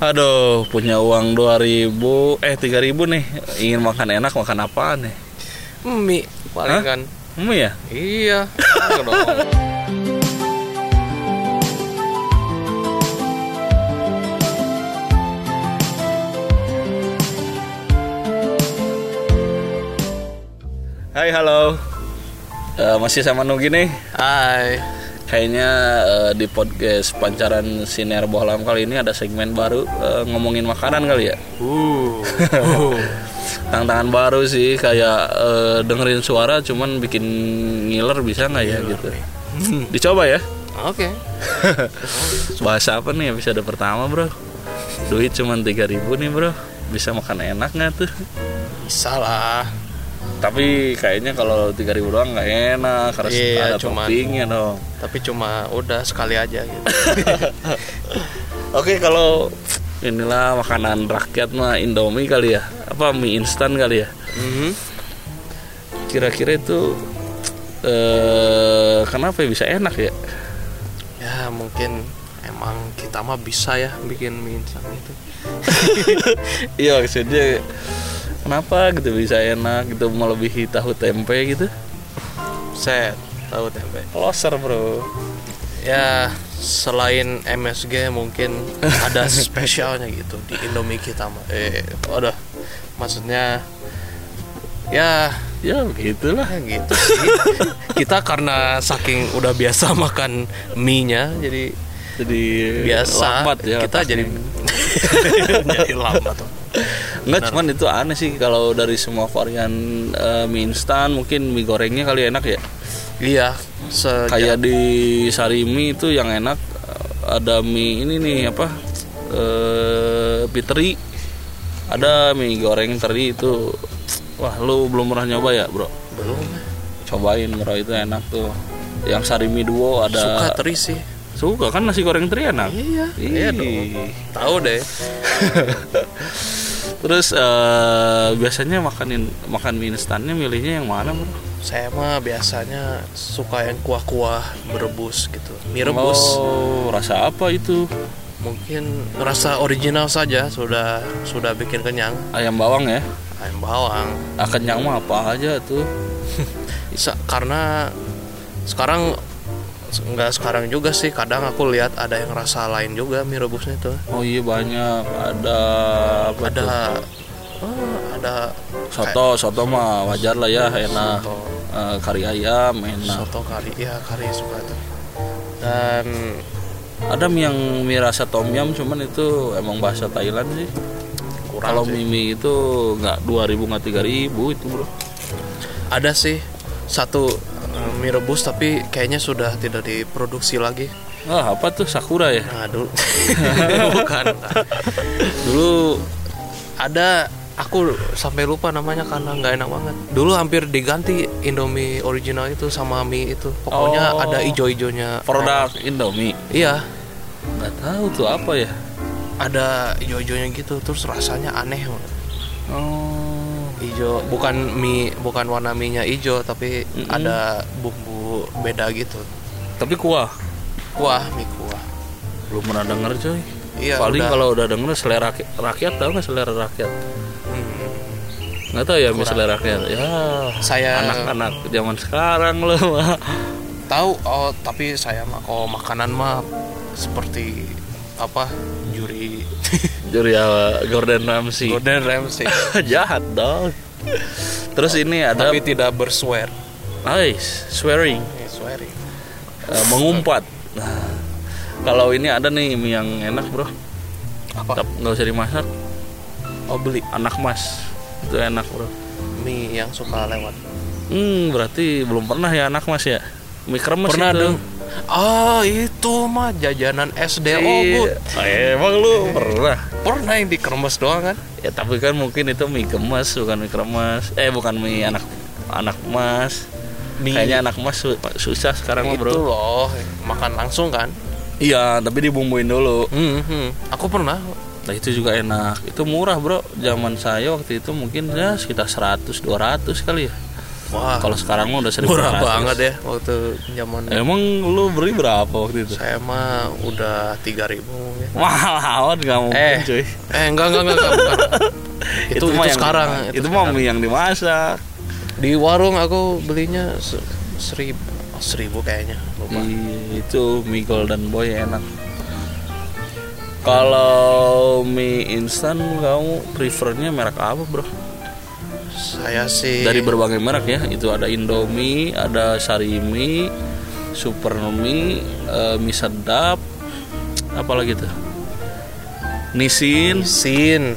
Aduh, punya uang 3.000 nih. Ingin makan enak, makan apaan nih? Mie paling kan. Mie ya? Iya. Dong. Hai, halo. Masih sama Nugi nih. Hai. Kayaknya di podcast Pancaran Sinar Bohlam kali ini ada segmen baru, ngomongin makanan kali ya. Tantangan baru sih, kayak dengerin suara cuman bikin ngiler, bisa nggak ya gitu. Dicoba ya. Oke. Bahasa apa nih episode pertama, bro? Duit cuman 3.000 nih, bro. Bisa makan enak nggak tuh? Bisa lah. Tapi kayaknya kalau 3.000 doang nggak enak, harus ada toppingnya dong. Tapi cuma udah sekali aja gitu. Oke, kalau inilah makanan rakyat mah Indomie kali ya, apa mie instan kali ya. Kira-kira itu kenapa bisa enak ya? Ya mungkin emang kita mah bisa ya bikin mie instan itu. Iya, maksudnya kenapa gitu bisa enak gitu, melebihi tahu tempe gitu? Set, tahu tempe. Loser, bro. Ya selain MSG mungkin ada spesialnya gitu di Indomie kita mah. Udah, maksudnya ya begitulah. ya gitu sih. Kita karena saking udah biasa makan mie-nya jadi biasa lambat ya kita otaknya. jadi lambat. Enggak, cuman itu aneh sih kalau dari semua varian mie instan, mungkin mie gorengnya kali enak ya. Iya, kayak di Sarimi itu yang enak ada mie ini nih apa? Mie teri. Ada mie goreng teri itu. Wah, lu belum pernah nyoba ya, bro? Belum. Cobain, bro, itu enak tuh. Yang Sarimi Duo ada. Suka teri sih. Suka kan nasi goreng teri enak? Iya dong. Tahu deh. Terus biasanya makan mie instannya milihnya yang mana, bro? Saya mah biasanya suka yang kuah-kuah berebus gitu. Mie rebus. Oh, rasa apa itu? Mungkin rasa original saja sudah bikin kenyang. Ayam bawang ya? Ayam bawang. Kenyang mah apa aja tuh? Karena sekarang nggak sekarang juga sih, kadang aku lihat ada yang rasa lain juga mie rebusnya tuh. Oh iya, banyak. Ada soto mah wajar lah ya, enak. Kari ayam enak. Soto kari suka tuh. Dan ada mie rasa tom yum, cuman itu emang bahasa Thailand sih. Kalau mie itu nggak 2.000 nggak 3.000 itu, bro. Ada sih satu mie rebus tapi kayaknya sudah tidak diproduksi lagi. Apa tuh, Sakura ya? Nah, dulu bukan. Dulu ada, aku sampai lupa namanya karena nggak enak banget. Dulu hampir diganti Indomie original itu sama mie itu. Pokoknya ada ijo-ijonya. Produk Indomie. Iya. Nggak tahu tuh apa ya. Ada ijo-ijonya gitu, terus rasanya aneh banget. Ijo, bukan warna mie-nya ijo, tapi ada bumbu beda gitu. Tapi kuah. Mie kuah. Belum pernah denger, coy. Iya, paling kalau udah denger selera rakyat, tahu nggak selera rakyat? Nggak tahu ya, mie selera rakyat. Ya, saya anak-anak zaman sekarang loh. Tahu, tapi saya mah kalau makanan mah seperti apa? Juri Gordon Ramsay. Jahat dong. Terus ini ada, tapi tidak berswear. Swearing. Mengumpat. Nah, kalau ini ada nih mie yang enak, bro. Apa? Nggak usah dimasak. Beli Anak Mas. Itu enak, bro. Mie yang suka lewat. Berarti belum pernah ya Anak Mas ya? Mie kremes pernah itu. Dong. Itu mah jajanan SD. Emang lu pernah? Pernah yang dikremes doang kan? Ya tapi kan mungkin itu mie gemes, bukan mie kremes. Bukan mie anak mas. Kayaknya Anak Mas susah sekarang mah, bro. Itu loh, makan langsung kan? Iya, tapi dibumbuin dulu. Aku pernah. Nah, itu juga enak. Itu murah, bro. Zaman saya waktu itu mungkin ya sekitar 100-200 kali ya. Wah, Kalau sekarang mah udah 1.200. murah banget ya waktu zaman. Emang lu beli berapa waktu itu? Saya mah udah 3.000 mungkin. Wah, nggak mungkin cuy. Enggak bukan. itu mah yang sekarang. Itu mah mie yang dimasak. Di warung aku belinya 1.000 kayaknya. Lupa. Itu mie Golden Boy enak. Kalau mie instan kamu prefernya merek apa, bro? Saya sih Dari berbagai merek ya. Itu ada Indomie, ada Sarimi, Super Mie, mie sedap, apalagi tuh? Nissin. Nissin.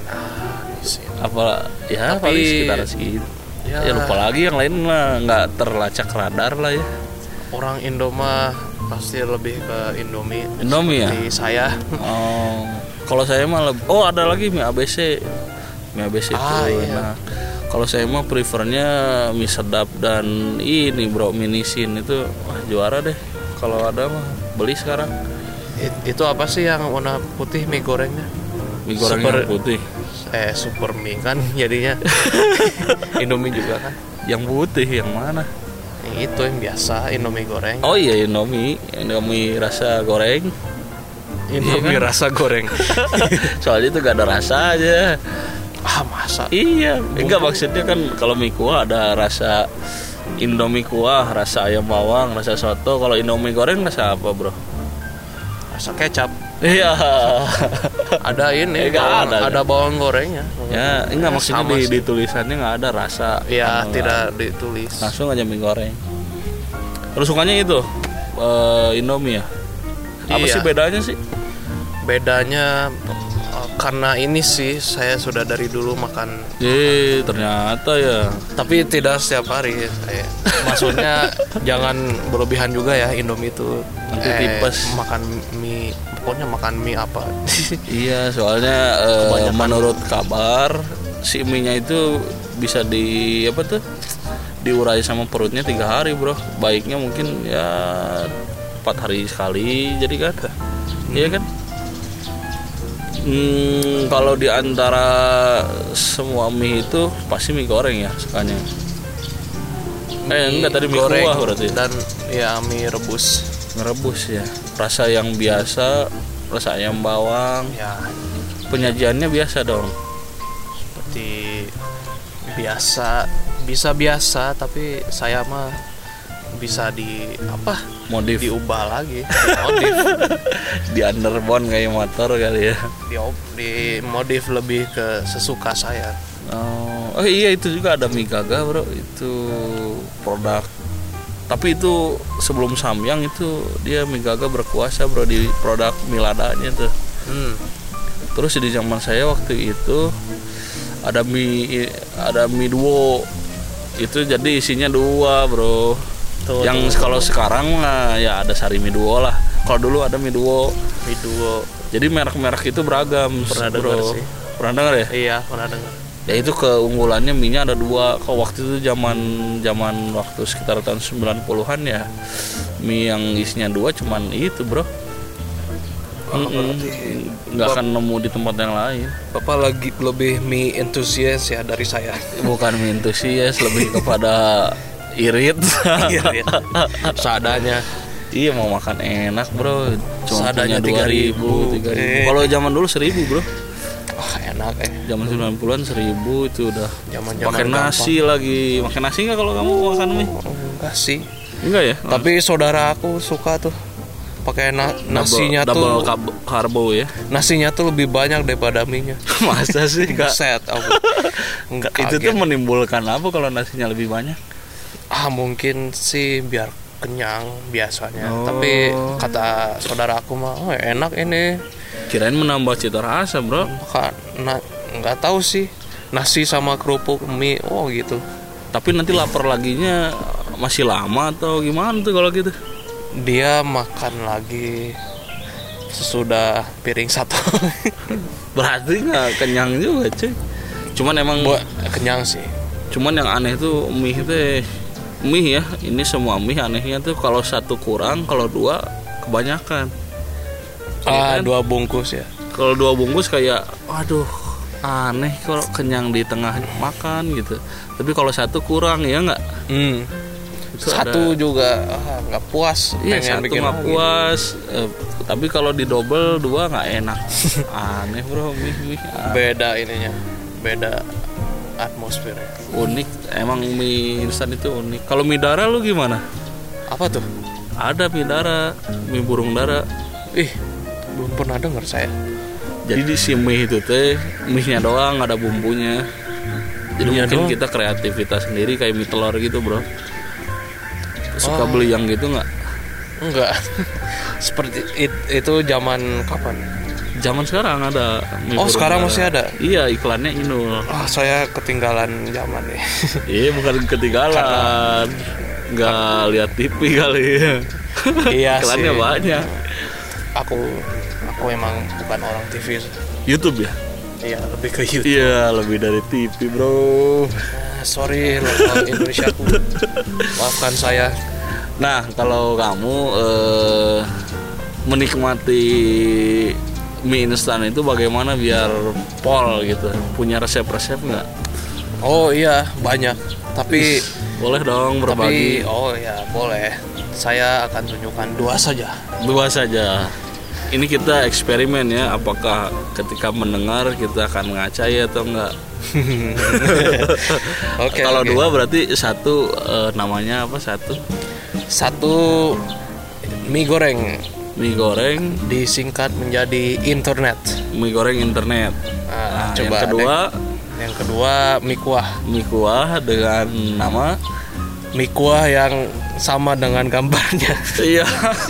Apa ya? Tapi Paling sekitar segitu. Ya lupa lagi yang lain lah, nggak terlacak radar lah ya. Orang Indo mah pasti lebih ke Indomie. Indomie ya? Seperti saya. Oh, kalau saya mah ada lagi mie ABC. Mie ABC tuh. Iya. Nah, kalau saya mah prefernya mie sedap dan ini bro, mie Nissin itu juara deh. Kalau ada mah beli sekarang. Itu apa sih yang warna putih mie gorengnya? Mie goreng yang putih. Super mie kan jadinya. Indomie juga kan? Yang putih yang mana? Itu yang biasa Indomie goreng. Oh iya Indomie rasa goreng. Indomie rasa goreng. Soalnya itu gak ada rasa aja. Masa? Iya, enggak maksudnya kan kalau mie kuah ada rasa Indomie kuah, rasa ayam bawang, rasa soto. Kalau Indomie goreng rasa apa, bro? Rasa kecap. Iya. Ada ini, ada bawang gorengnya. Ya, enggak maksudnya Sama di tulisannya enggak ada rasa. Iya, tidak ditulis. Langsung aja mie goreng. Terus sukanya itu Indomie ya? Apa sih bedanya sih? Bedanya karena ini sih saya sudah dari dulu makan. Ternyata ya. Tapi tidak setiap hari. Maksudnya jangan berlebihan juga ya Indomie itu. Nanti tipes. Makan mie, pokoknya makan mie apa. Iya, soalnya menurut kabar si mie-nya itu bisa diurai sama perutnya 3 hari, bro. Baiknya mungkin ya 4 hari sekali, jadi kan. Iya kan? Kalau di antara semua mie itu pasti mie goreng ya sukanya. Enggak tadi mie goreng kuah berarti. Dan ya mie rebus. Merebus ya. Rasa yang biasa, rasa ayam bawang. Ya, penyajiannya biasa dong. seperti biasa, bisa biasa tapi saya mah bisa modif, diubah lagi, modif. di underbone kayak motor kali ya. Di modif lebih ke sesuka saya. Oh iya, itu juga ada mie gaga, bro. Itu produk, tapi itu sebelum Samyang itu dia mie gaga berkuasa, bro, di produk mie ladanya tuh. Terus di zaman saya waktu itu ada mie duo. Itu jadi isinya 2, bro. Yang kalau sekarang mah ya ada Sarimi Duo lah. Kalau dulu ada mie duo. Jadi merek-merek itu beragam. Pernah dengar sih. Pernah dengar ya? Iya, pernah dengar. Ya itu keunggulannya mie-nya ada 2. Kalau waktu itu zaman waktu sekitar tahun 90-an ya. Mie yang isinya 2 cuman itu, bro. Nggak akan nemu di tempat yang lain. Bapak lagi lebih mie entusias ya dari saya. Bukan mie entusias, lebih kepada irit. Seadanya. Iya, mau makan enak, bro. Cuma Seadanya punya 2.000. Kalau zaman dulu 1.000, bro. Enak Zaman 90-an 1.000 itu udah. Zaman-zaman pakai nasi gampang. lagi. Makan nasi nggak kalau kamu makan mie? Enggak sih. Enggak ya? Tapi saudara aku suka tuh pakai nasinya double tuh karbo ya. Nasinya tuh lebih banyak daripada mie-nya. Masa sih? Set aku. Enggak Itu tuh menimbulkan apa kalau nasinya lebih banyak? Mungkin sih biar kenyang biasanya. Tapi kata saudara aku mah enak ini. Kirain menambah cita rasa, bro. Nggak tahu sih, nasi sama kerupuk mie gitu. Tapi nanti lapar laginya masih lama atau gimana tuh kalau gitu? Dia makan lagi sesudah piring 1. Berarti nggak kenyang juga, cuy. Cuman emang kenyang sih. Cuman yang aneh tuh mie ya, ini semua mie anehnya tuh kalau 1 kurang, kalau 2 kebanyakan. 2 bungkus ya. Kalau 2 bungkus kayak, aduh, aneh kalau kenyang di tengah makan gitu. Tapi kalau satu kurang ya nggak? Itu Satu ada, juga nggak puas. iya pengen satu bikin nggak lagi. puas. Tapi kalau di double 2 nggak enak. Aneh bro, mie Beda ininya, beda atmosfernya. unik. Emang mie instan itu unik. Kalau mie dara lu gimana? Apa tuh? Ada mie dara, mie burung dara. Ih, belum pernah dengar saya. Jadi di si mie itu teh mie-nya doang, ada bumbunya. Jadi Mie-nya mungkin doang? kita kreativitas sendiri kayak mie telur gitu bro. Suka beli yang gitu nggak? Enggak. Seperti itu zaman kapan? Zaman sekarang ada mie Oh, burung sekarang dara. masih ada? Iya, iklannya Inul. Saya ketinggalan zaman nih. Iya, bukan ketinggalan. Nggak lihat TV kali ya. Iya Iklannya sih. banyak. Aku emang bukan orang TV. YouTube ya? Iya, lebih ke YouTube. Iya, lebih dari TV bro. Sorry lokal Indonesia aku. Maafkan saya. Nah, kalau kamu menikmati mie instan itu bagaimana biar pol gitu? Punya resep-resep nggak? Oh iya, banyak. Tapi Boleh dong berbagi. oh ya boleh. Saya akan tunjukkan 2 saja. 2 saja. Ini kita eksperimen ya, apakah ketika mendengar kita akan ngacai atau enggak. Oke. Kalau oke. 2 berarti satu namanya apa satu? Satu mie goreng Mie goreng, disingkat menjadi internet. mie goreng internet. Nah, Yang kedua yang kedua mie kuah. mie kuah dengan nama Mie kuah yang sama dengan gambarnya. iya.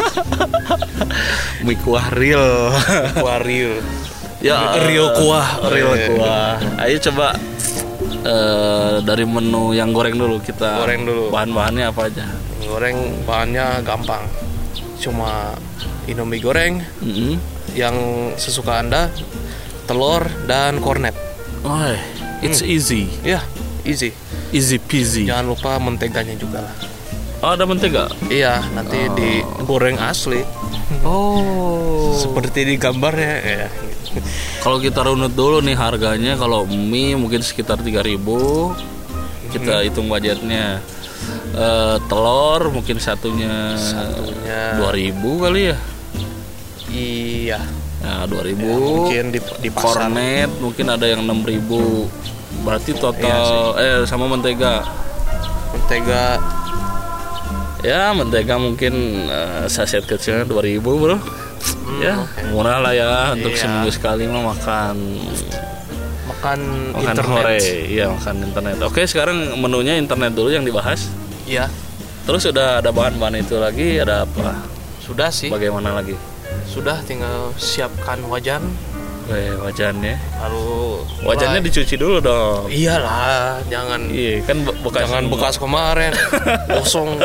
Mie kuah real. Kuah real. Ya, Rio kuah. real kuah. Ayo coba dari menu yang goreng dulu kita. Goreng dulu. Bahan-bahannya apa aja? Goreng bahannya gampang. Cuma Indomie goreng Mm-mm. yang sesuka Anda, telur dan kornet. Oh, it's easy. Ya, easy. Easy peasy. Jangan lupa menteganya juga lah. Oh, ada mentega. Iya, nanti digoreng asli Oh. seperti di gambarnya ya. Kalau kita runut dulu nih harganya, kalau mie mungkin sekitar 3.000. Kita hitung budgetnya. Telur mungkin satunya 2.000 kali ya. Iya. Nah, 2.000. Mungkin di pasar. Kornet mungkin ada yang 6.000. Berarti total sama mentega. Mentega Ya, mentega mungkin saset kecilnya 2.000 bro. Ya, murah lah ya untuk Iya. seminggu sekali mah makan internet. hore. Iya, makan internet. Oke, sekarang menunya internet dulu yang dibahas. Iya. Terus udah ada bahan-bahan itu lagi, ada apa? Sudah sih. Bagaimana lagi? Sudah, tinggal siapkan wajan. Wajannya. Lalu Wajannya dicuci dulu dong. Iyalah, jangan Iya, kan bekas. jangan bekas kemarin. Gosong.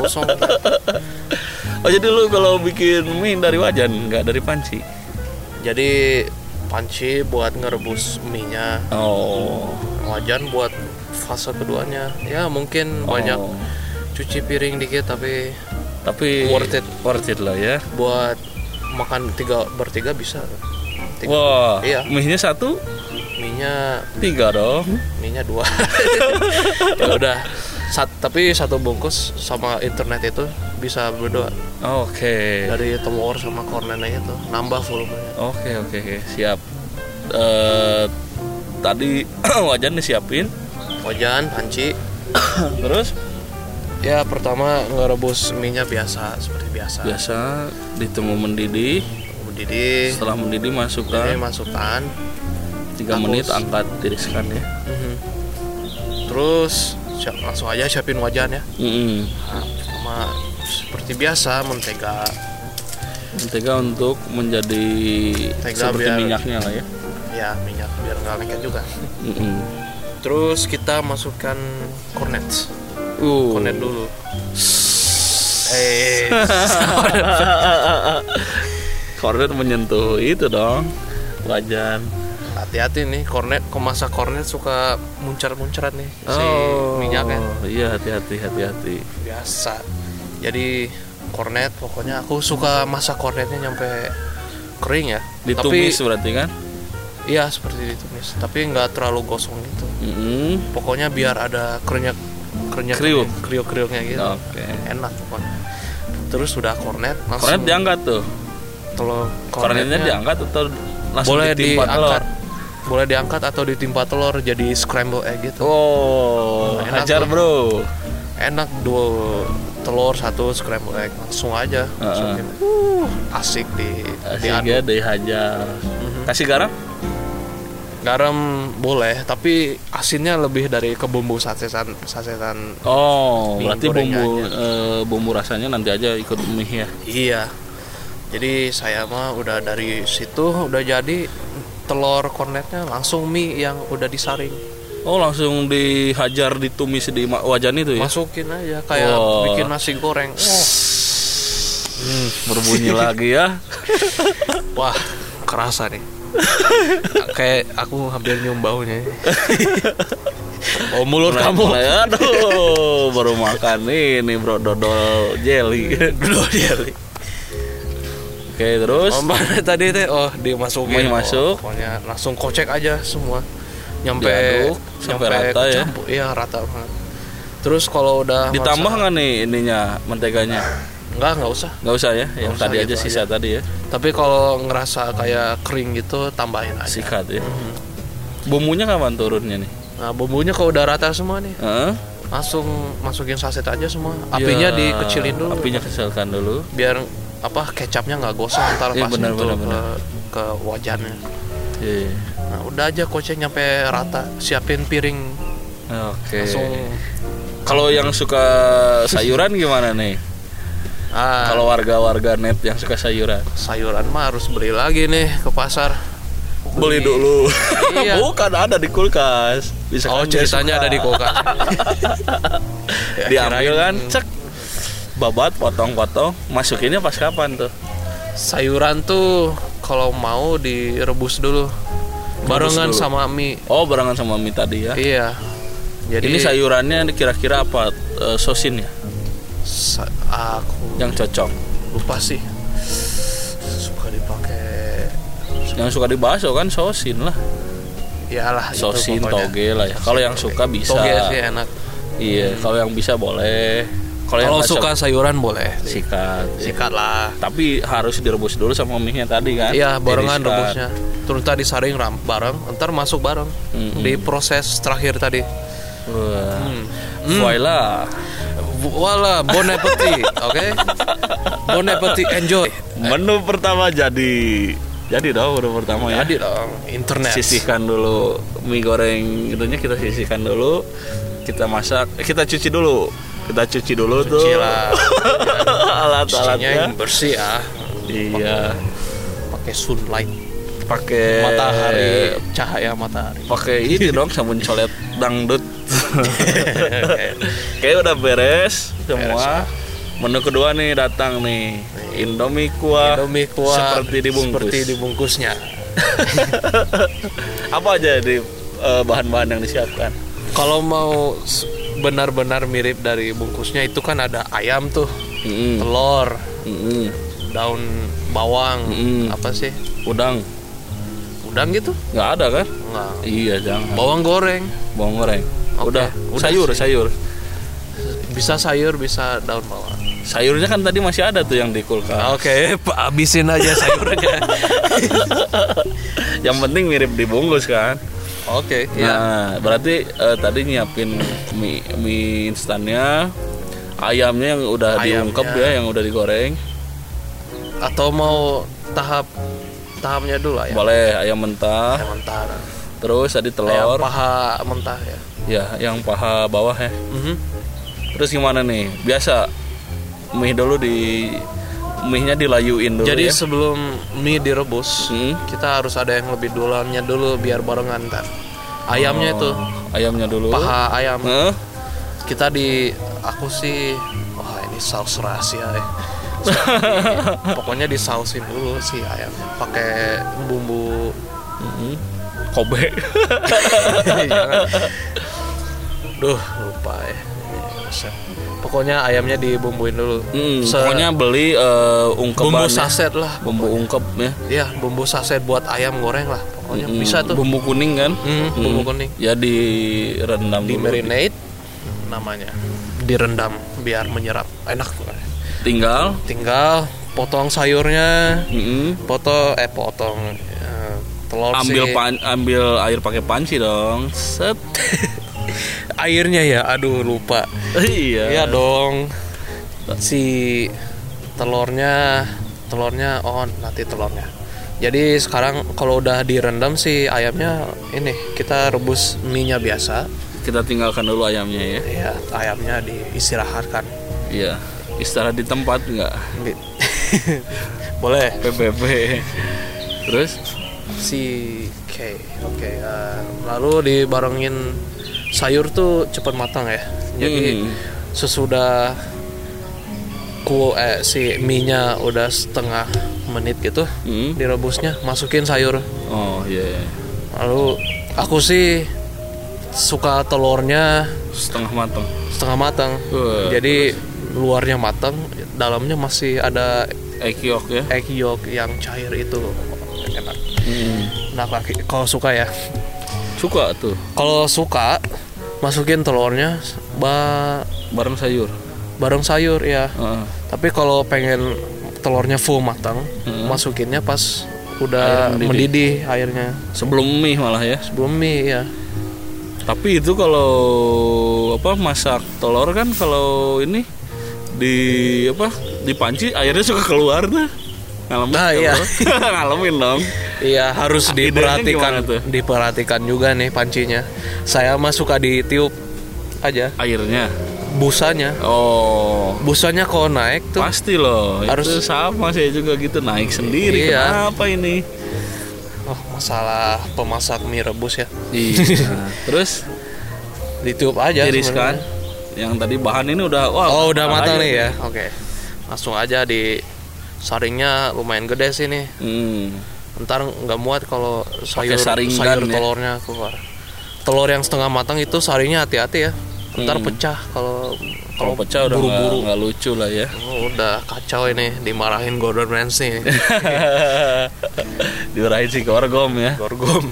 Oh, jadi lu kalau bikin mie dari wajan, nggak dari panci? Jadi panci buat ngerebus mie-nya, Oh. wajan buat fase keduanya. Ya mungkin banyak cuci piring dikit, tapi Worth it lah ya. buat makan bertiga bisa. Wah, Iya. mie-nya 1, Mie-nya 3 dong. 2. Ya udah. Tapi satu bungkus sama internet itu bisa berdua. Oke. Dari telur sama kornetnya itu nambah volumenya. Oke, siap. Tadi wajan disiapin. Wajan, panci. Terus Ya pertama ngerebus mie-nya biasa, seperti biasa. biasa ditunggu mendidih. Mendidih. Setelah mendidih Ini masukkan masukkan. 3 menit, angkat, tiriskan ya. Terus langsung aja siapin wajan ya. Mm-mm. Nah, pertama seperti biasa mentega. Mentega untuk menjadi Mentega seperti biar- minyaknya lah ya. Ya minyak biar nggak lengket juga. Mm-mm. Terus kita masukkan kornet. Kornet dulu. Kornet menyentuh itu dong wajan. Hati-hati nih, kemasak kornet suka muncar-muncaran nih si minyaknya. Iya, hati-hati. Biasa. Jadi kornet pokoknya aku suka masak kornetnya nyampe kering ya. Ditumis berarti kan? Iya seperti ditumis, tapi nggak terlalu gosong gitu. Pokoknya biar ada kriuk-kriuknya gitu. Oke. Enak pokoknya. Terus sudah kornet, langsung Kornet diangkat tuh. telur. Kornetnya diangkat atau langsung boleh ditimpa telur? diangkat. Boleh diangkat atau ditimpa telur jadi scramble egg gitu. Oh, Enak hajar tuh. bro. Enak, 2 telur 1 scramble egg langsung aja. Masukin. Asik Asik ya, dihajar. Kasih garam? Garam boleh, tapi asinnya lebih dari ke bumbu sasetan. Oh, Mie berarti gorengnya bumbu rasanya nanti aja ikut mie ya. Iya. Jadi saya mah udah dari situ udah jadi telur kornetnya, langsung mie yang udah disaring. Oh, langsung dihajar, ditumis di wajan itu ya. Masukin aja kayak Wow. bikin nasi goreng. Berbunyi lagi ya. Wah, kerasa nih. Kayak aku hampir nyium baunya. Bau mulut kamu. Aduh, baru makan ini bro, dodol jelly. Dodol jelly. Oke, terus Tadi teh dimasukin. Mie masuk. Pokoknya langsung kocek aja semua. Nyampe Diaduk sampai rata ya. kecampur. Iya, rata banget. Terus kalau udah ditambah nggak nih ininya, menteganya? Nggak usah. Nggak usah ya, yang usah tadi gitu aja sisa aja. tadi ya. Tapi kalau ngerasa kayak kering gitu, tambahin aja. Sikat ya. Bumbunya kapan turunnya nih? Nah, bumbunya kalau udah rata semua nih, Heeh. langsung masukin saset aja semua. Apinya Ya, dikecilin dulu. Apinya kecilkan dulu. Biar kecapnya nggak gosong ntar Iya, pas benar, itu benar. ke wajannya. Iya. Nah, udah aja kocek nyampe rata. Siapin piring. Oke. Langsung. Kalau yang suka sayuran gimana nih? Kalau warga net yang suka sayuran, sayuran mah harus beli lagi nih ke pasar. beli dulu. Iya. Bukan, ada di kulkas. Bisa Oh, ceritanya ada di kulkas. Ya, Diambil kirain, kan, cek. Babat, potong-potong. Masukinnya pas kapan tuh? sayuran tuh kalau mau direbus dulu barengan dulu. sama mie. Oh, barengan sama mie tadi ya. Iya. Jadi Ini sayurannya kira-kira apa? Sosin ya? Aku Yang cocok. lupa sih. Suka dipakai. Yang suka dibahas kan sosin lah. Iyalah, itu Sosin, pokoknya. toge lah ya. Kalau yang suka bisa. Toge sih enak. Iya, kalau yang bisa boleh. yang Kalau nggak suka sayuran boleh. sikat. Sikat lah. Tapi harus direbus dulu sama mie-nya tadi kan? Iya, barengan Disikat. rebusnya. Terus tadi saring bareng, ntar masuk bareng. Di proses terakhir tadi. Wah. Voila. Voila, bon appetit, oke? Bon appetit, enjoy. Menu pertama jadi. Jadi dong menu pertama ya. Jadi dong, internet. Sisihkan dulu mie goreng itunya, kita sisihkan dulu. Kita masak, kita cuci dulu. Cuci tuh lah. alat-alatnya yang bersih ya. Iya, Pakai sunlight, pakai matahari, cahaya matahari. pakai ini dong sabun colet dangdut. Kayak udah beres semua. Menu kedua nih datang nih, Indomie kuah. Indomie kuah seperti dibungkus. Seperti dibungkusnya. Apa aja di bahan-bahan yang disiapkan? Kalau mau benar-benar mirip dari bungkusnya itu kan ada ayam tuh, telur, daun bawang, apa sih? Udang Gitu? nggak ada kan? Enggak. Iya, jangan. Bawang goreng. Bawang goreng. Oke, Udah udah sayur. Bisa sayur, bisa daun bawang. Sayurnya kan tadi masih ada tuh yang di kulkas. Oke, habisin aja sayurnya. Yang penting mirip dibungkus kan. Oke, ya. Nah, berarti tadi nyiapin mie instannya, ayamnya yang udah diungkep ya, yang udah digoreng. Atau mau tahapnya dulu ayam. Boleh ayam mentah. Ayam mentah. Terus tadi Ayam telur. paha mentah ya. Ya, yang paha bawah ya. Terus gimana nih? Biasa mie-nya dilayuin dulu. Jadi ya. sebelum mie direbus, kita harus ada yang lebih duluannya dulu biar barengan ntar. Ayamnya itu, ayamnya dulu. paha ayam. Kita aku sih, wah ini saus rahasia ya. Pokoknya disausin dulu sih ayamnya, pakai bumbu Kobe. Jangan. Duh, lupa ya. Pokoknya ayamnya dibumbuin dulu. Pokoknya beli ungkepan bumbu saset lah. Bumbu ungkep ya. Iya, bumbu saset buat ayam goreng lah. Pokoknya bisa tuh. Bumbu kuning kan? Bumbu kuning. Ya direndam Di dulu. marinate namanya. Direndam biar menyerap. Enak. Tinggal potong sayurnya. Potong telur ambil air pakai panci dong. Set. Airnya ya, aduh lupa. Iya. Iya dong. Si telurnya nanti telurnya. Jadi sekarang kalau udah direndam si ayamnya ini kita rebus mie-nya biasa. Kita tinggalkan dulu ayamnya ya. Iya, ayamnya diistirahatkan. Iya. Istirahat di tempat enggak? Boleh. PBB. Terus Oke. Lalu dibarengin sayur tuh cepat matang ya. Jadi sesudah si mie-nya udah setengah menit gitu direbusnya, masukin sayur. Oh iya. Yeah. Lalu aku sih suka telurnya setengah matang. Jadi luarnya matang, dalamnya masih ada egg yolk ya. Egg yolk yang cair itu enak. Nah, kalau suka ya. Suka tuh. Kalau suka masukin telurnya bareng sayur ya. Tapi kalau pengen telurnya full matang, masukinnya pas udah mendidih airnya. Sebelum mie malah ya. Sebelum mie ya. Tapi itu kalau masak telur kan kalau ini di panci airnya suka keluar tuh. Ngalamin. Nah, iya. Ngalamin dong. Iya, harus diperhatikan juga nih pancinya. Saya mah suka ditiup aja airnya. Busanya. Oh. Busanya kalau naik tuh pasti loh. Harus itu sama saya juga gitu naik sendiri. Iya. Kenapa ini? Oh, masalah pemasak mie rebus ya. Iya. Terus ditiup aja. Tiriskan. Yang tadi bahan ini udah udah matang nih ya. Oke. Langsung aja saringnya lumayan gede sih nih. Ntar nggak muat kalau sayur telurnya keluar. Telur yang setengah matang itu saringnya hati-hati ya. Ntar pecah kalau pecah udah buru-buru nggak lucu lah ya. Udah kacau ini, dimarahin Gordon Ramsay. Dimarahin si Gorgom ya. Gorgom.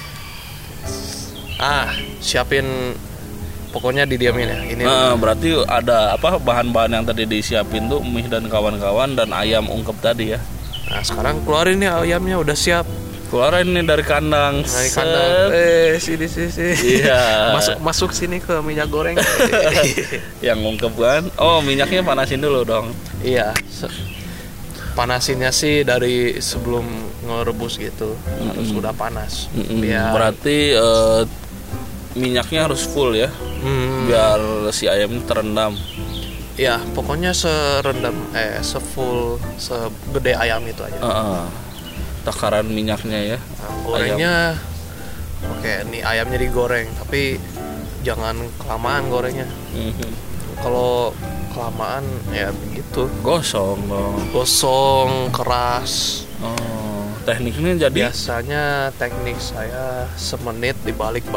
Siapin. Pokoknya didiamin ya. Ini berarti ada bahan-bahan yang tadi disiapin tuh mie dan kawan-kawan dan ayam ungkep tadi ya. Nah sekarang keluarin nih ayamnya udah siap. Keluarin nih dari kandang. Sini. Iya. Masuk sini ke minyak goreng. Yang ungkep kan. Oh minyaknya panasin dulu dong. Iya. Panasinnya sih dari sebelum ngerebus gitu. Harus udah panas. Berarti minyaknya harus full ya. Biar si ayamnya terendam. Ya pokoknya sefull segede ayam itu aja. Takaran minyaknya ya. Gorengnya oke, nih ayamnya digoreng tapi jangan kelamaan gorengnya. Kalau kelamaan ya begitu. Gosong keras. Tekniknya jadi biasanya teknik saya semenit dibalik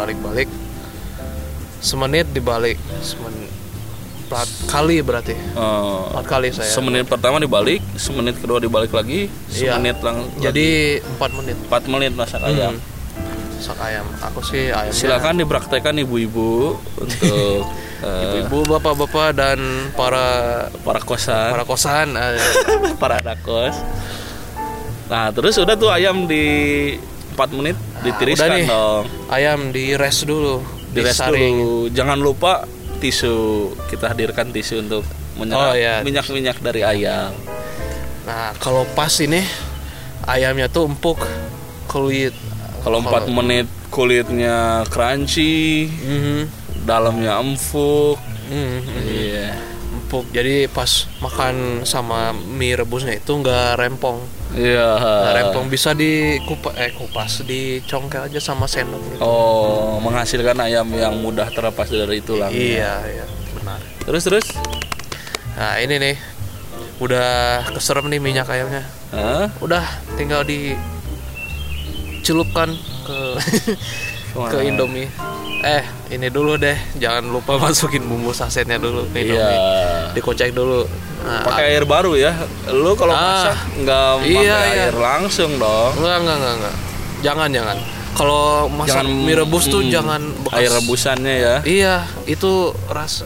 4 kali berarti 4 kali saya. Semenit pertama dibalik, semenit kedua dibalik lagi, semenit jadi 4 menit. 4 menit masak ayam. Masak ayam. Aku sih ayamnya. Silakan dipraktekkan ibu-ibu untuk ibu-ibu, bapak-bapak dan para kosan. Para anak kos. Nah, terus udah tuh ayam di 4 menit ditiriskan dong. Ayam di rest dulu. Dulu. Jangan lupa tisu. Kita hadirkan tisu untuk menyerap minyak-minyak dari ayam. Nah, kalau pas ini ayamnya tuh empuk kulit. Kalau 4 menit kulitnya crunchy, dalamnya empuk. Iya. Empuk. Jadi pas makan sama mie rebusnya itu nggak rempong. Iya. Rempong bisa kupas, dicongkel aja sama sendok gitu. Oh, menghasilkan ayam yang mudah terlepas dari tulang. Iya, benar. Terus. Nah, ini nih. Udah keserem nih minyak ayamnya. Udah tinggal dicelupkan ke Indomie. Ini dulu deh, jangan lupa masukin bumbu sasetnya dulu ke Indomie. Iya. Dikocek dulu. Nah, pakai air baru ya. Lu kalau masak nggak pakai air langsung dong. Enggak. Jangan. Kalau masak mie rebus tuh jangan bekas air rebusannya ya. Iya, itu rasa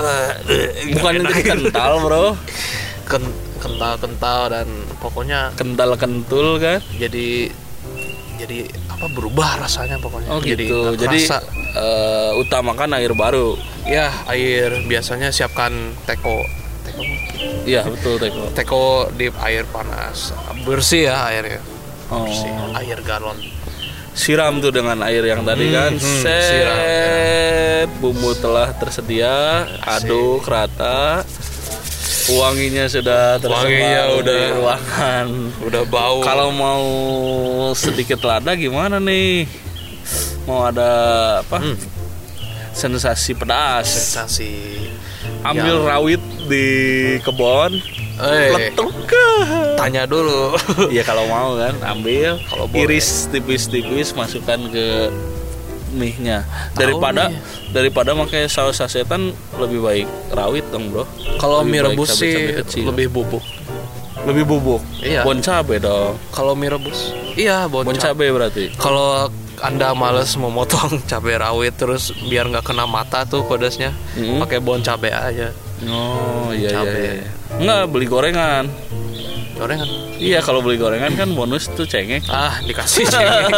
bukan itu kental, Bro. Kental dan pokoknya kental kentul kan. Jadi apa berubah rasanya pokoknya. Oh gitu. Jadi utamakan air baru. Ya, air biasanya siapkan teko. Iya, betul teko. Teko di air panas. Bersih ya airnya. Bersih. Air galon. Siram tuh dengan air yang tadi kan. Siram. Ya. Bumbu telah tersedia, aduk rata. Wanginya sudah tersebar di ruangan. Udah bau. Kalau mau sedikit lada gimana nih? Mau ada apa? Sensasi pedas. Ambil rawit di kebon. Letuk. Tanya dulu. Iya kalau mau kan, ambil. Kalau iris tipis-tipis, masukkan ke mie-nya. Daripada pakai saus sasetan, lebih baik rawit dong, Bro. Kalau mie rebus sih lebih bubuk. Lebih bubuk. Iya. Bon cabe dong. Kalau mie rebus. Iya, bon cabe berarti. Kalau Anda males memotong cabai rawit terus biar nggak kena mata tuh pedasnya, pakai bon cabe aja. Oh iya. Nggak, beli gorengan. Iya, kalau beli gorengan kan bonus tuh cengek. Dikasih cengek.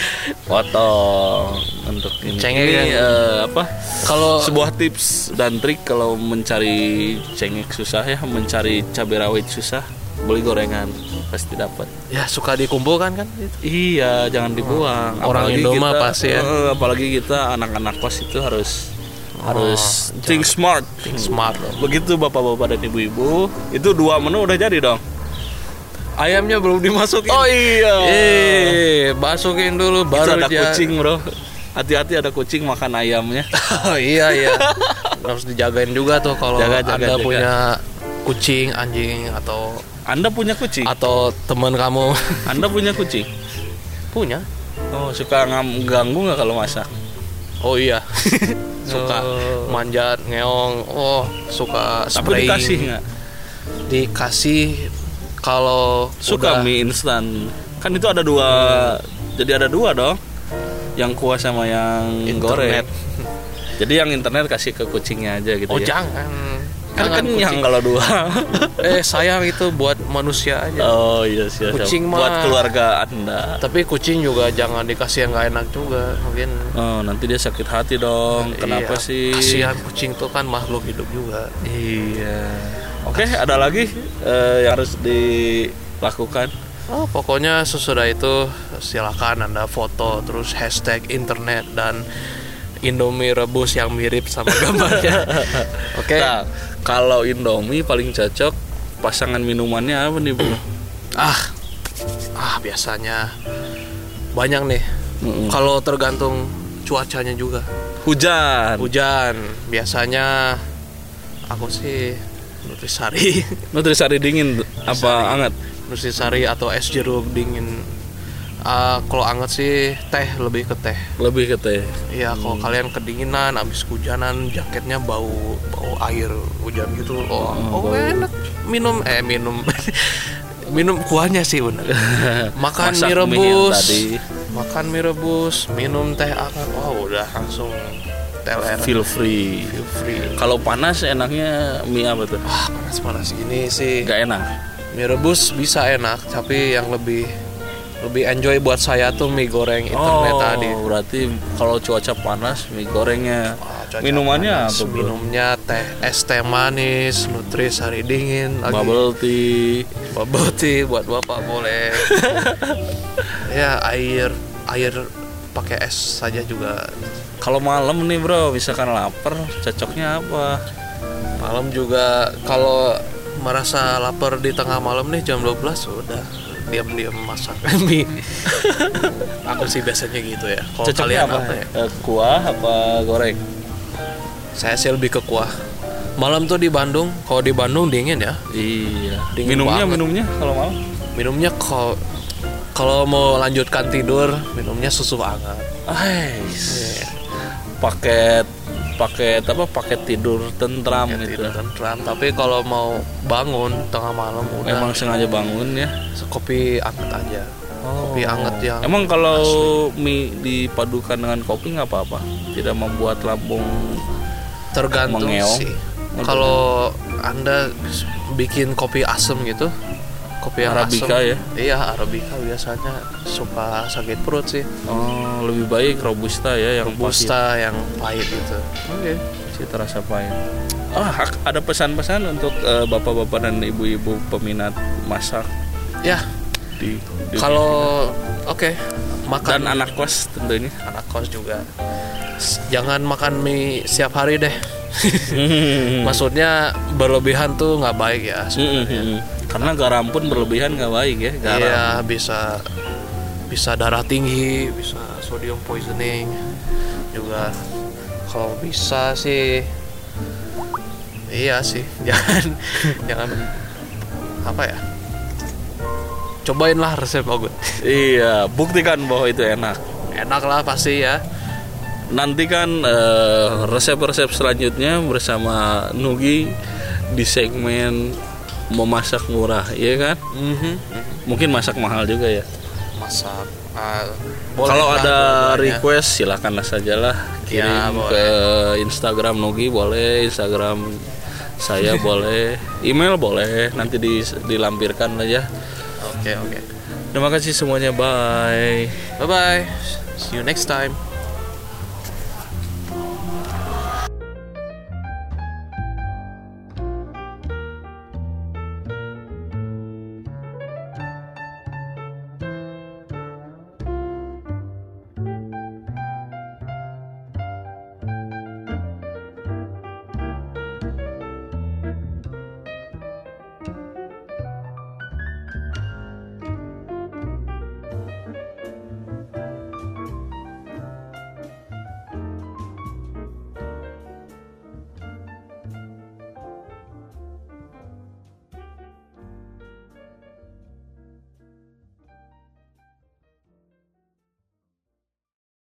Potong untuk ini. Cengek ini kan? Kalau sebuah tips dan trik kalau mencari cengek susah ya, mencari cabai rawit susah, beli gorengan pasti dapat. Ya suka dikumpulkan kan? Iya, jangan dibuang. Orang Indomie pasti ya. Apalagi kita anak-anak kos itu harus think smart. Begitu bapak-bapak dan ibu-ibu, itu 2 menu udah jadi dong. Ayamnya belum dimasukin. Oh iya. Masukin dulu baru ada kucing, Bro. Hati-hati ada kucing makan ayamnya. Oh iya. Harus dijagain juga tuh kalau Anda punya kucing, anjing atau Anda punya kucing atau teman kamu. Anda punya kucing? Punya. Oh, suka ganggu nggak kalau masak? Oh iya. Suka manjat, ngeong. Oh, suka spraying. Tapi dikasih nggak? Dikasih kalau suka mie instan. Kan itu ada 2. Jadi ada 2 dong. Yang kuah sama yang goreng. Jadi yang internet kasih ke kucingnya aja gitu. Jangan. Kan kenyang kalau 2. Sayang itu buat manusia aja. Oh iya siap. Kucing mah buat keluarga Anda. Tapi kucing juga jangan dikasih yang nggak enak juga. Mungkin nanti dia sakit hati dong. Kenapa sih? Kasihan kucing tuh kan makhluk hidup juga. Iya. Oke, ada lagi yang harus dilakukan? Pokoknya sesudah itu silakan Anda foto terus hashtag internet dan Indomie rebus yang mirip sama gambarnya. Oke. Nah, kalau Indomie paling cocok pasangan minumannya apa nih, Bro? Biasanya banyak nih. Kalau tergantung cuacanya juga. Hujan. Biasanya aku sih Nutrisari dingin apa hangat? Nutrisari atau es jeruk dingin. Kalau hangat sih lebih ke teh. Iya, kalau kalian kedinginan abis hujanan, jaketnya bau air hujan gitu. Enak. Minum kuahnya sih benar. Makan mie rebus, minum teh hangat. Udah langsung feel free. Kalau panas enaknya mie apa tuh? Panas gini sih gak enak. Mie rebus bisa enak, tapi yang lebih enjoy buat saya tuh mie goreng internet tadi. Berarti kalau cuaca panas mie gorengnya. Minumannya apa, Bro? Minumnya es teh manis, Nutrisari dingin, bubble tea buat Bapak boleh. Ya air pakai es saja juga. Kalau malam nih, Bro, misalkan lapar, cocoknya apa? Malam juga kalau merasa lapar di tengah malam nih jam 12 udah diam-diam masak mie. Aku sih biasanya gitu ya. Kalau kalian apa ya? Kuah apa goreng? Saya sih lebih ke kuah. Malam tuh di Bandung, kalau di Bandung dingin ya. Iya. Dingin minumnya kalau malam? Minumnya kalau mau lanjutkan tidur, minumnya susu hangat. paket tidur tentram ya, gitu. Tidur tentram. Tapi kalau mau bangun tengah malam udah emang sengaja bangun ya. Kopi anget aja. Kopi anget yang emang kalau mie dipadukan dengan kopi nggak apa-apa, tidak membuat lambung tergantung mengeong. sih. Kalau Anda bikin kopi asem gitu, kopi yang Arabica asem, ya? Iya, Arabica biasanya suka sakit perut sih. Oh, lebih baik Robusta ya, yang Robusta yang pahit gitu. Oke, cita rasa pahit. Ada pesan-pesan untuk bapak-bapak dan ibu-ibu peminat masak. Ya. Di kalau makan, dan anak kos tentunya. Anak kos juga. Jangan makan mie setiap hari deh. Maksudnya berlebihan tuh nggak baik ya sebenarnya. Karena garam pun berlebihan nggak baik ya. Garam. Iya, bisa darah tinggi, bisa sodium poisoning juga. Kalau bisa sih, iya sih, jangan apa ya? Cobainlah resep Ogun. Iya, buktikan bahwa itu enak. Enak lah pasti ya. Nantikan resep-resep selanjutnya bersama Nugi di segmen memasak murah, iya kan? Mungkin masak mahal juga ya. Masak. Kalau ada request silakanlah sajalah kirim ke Instagram Nugi boleh, Instagram saya boleh, email boleh, nanti dilampirkan aja. Oke. Terima kasih semuanya, bye. Bye bye. See you next time.